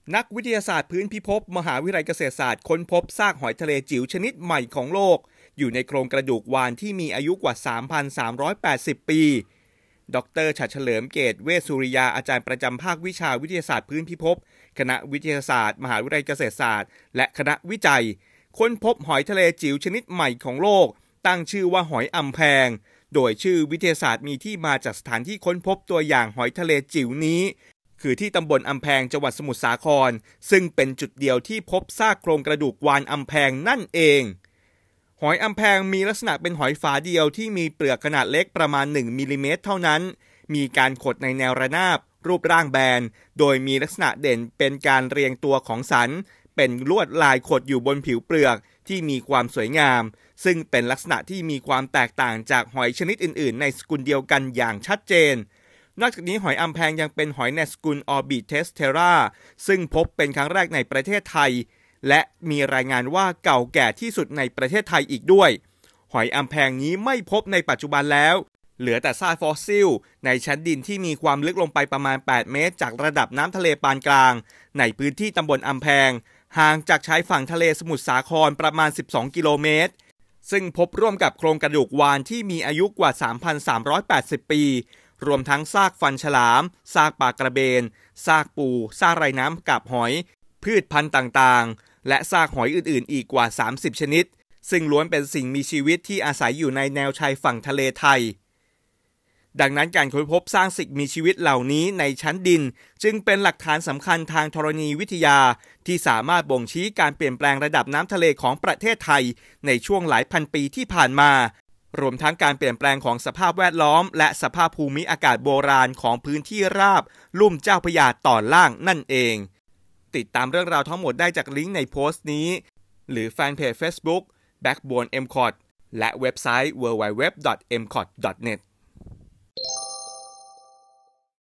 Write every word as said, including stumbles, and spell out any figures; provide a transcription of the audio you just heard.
นักวิทยาศาสตร์พื้นพิภพมหาวิทยาลัยเกษตรศาสตร์ค้นพบซากหอยทะเลจิ๋วชนิดใหม่ของโลกอยู่ในโครงกระดูกวาฬที่มีอายุกว่า สามพันสามร้อยแปดสิบ ปีดร.ฉัตรเฉลิมเกตเวชสุริยาอาจารย์ประจำภาควิชาวิทยาศาสตร์พื้นพิภพคณะวิทยาศาสตร์มหาวิทยาลัยเกษตรศาสตร์และคณะวิจัยค้นพบหอยทะเลจิ๋วชนิดใหม่ของโลกตั้งชื่อว่าหอยอำแพงโดยชื่อวิทยาศาสตร์มีที่มาจากสถานที่ค้นพบตัวอย่างหอยทะเลจิ๋วนี้คือที่ตำบลอำแพงจังหวัดสมุทรสาครซึ่งเป็นจุดเดียวที่พบซากโครงกระดูกวาฬอำแพงนั่นเองหอยอำแพงมีลักษณะเป็นหอยฝาเดียวที่มีเปลือกขนาดเล็กประมาณหนึ่งมิลลิเมตรเท่านั้นมีการขดในแนวระนาบรูปร่างแบนโดยมีลักษณะเด่นเป็นการเรียงตัวของสันเป็นลวดลายขดอยู่บนผิวเปลือกที่มีความสวยงามซึ่งเป็นลักษณะที่มีความแตกต่างจากหอยชนิดอื่นๆในสกุลเดียวกันอย่างชัดเจนนอกจากนี้หอยอำแพงยังเป็นหอยในสกุล Orbitestera ซึ่งพบเป็นครั้งแรกในประเทศไทยและมีรายงานว่าเก่าแก่ที่สุดในประเทศไทยอีกด้วยหอยอำแพงนี้ไม่พบในปัจจุบันแล้วเหลือแต่ซากฟอสซิลในชั้นดินที่มีความลึกลงไปประมาณแปดเมตรจากระดับน้ำทะเลปานกลางในพื้นที่ตำบลอำแพงห่างจากชายฝั่งทะเลสมุทรสาครประมาณสิบสองกิโลเมตรซึ่งพบร่วมกับโครงกระดูกวาฬที่มีอายุกว่า สามพันสามร้อยแปดสิบ ปีรวมทั้งซากฟันฉลามซากปลากระเบนซากปูซากไรน้ำกับหอยพืชพันธุ์ต่างๆและซากหอยอื่นๆอีกกว่าสามสิบชนิดซึ่งล้วนเป็นสิ่งมีชีวิตที่อาศัยอยู่ในแนวชายฝั่งทะเลไทยดังนั้นการค้นพบสร้างสิ่งมีชีวิตเหล่านี้ในชั้นดินจึงเป็นหลักฐานสำคัญทางธรณีวิทยาที่สามารถบ่งชี้การเปลี่ยนแปลงระดับน้ำทะเลของประเทศไทยในช่วงหลายพันปีที่ผ่านมารวมทั้งการเปลี่ยนแปลงของสภาพแวดล้อมและสภาพภูมิอากาศโบราณของพื้นที่ราบลุ่มเจ้าพระยาตอนล่างนั่นเองติดตามเรื่องราวทั้งหมดได้จากลิงก์ในโพสต์นี้หรือแฟนเพจ Facebook Backbone เอ็ม ซี โอ ที และเว็บไซต์ ดับเบิลยู ดับเบิลยู ดับเบิลยู ดอท เอ็ม ซี โอ ที ดอท เน็ต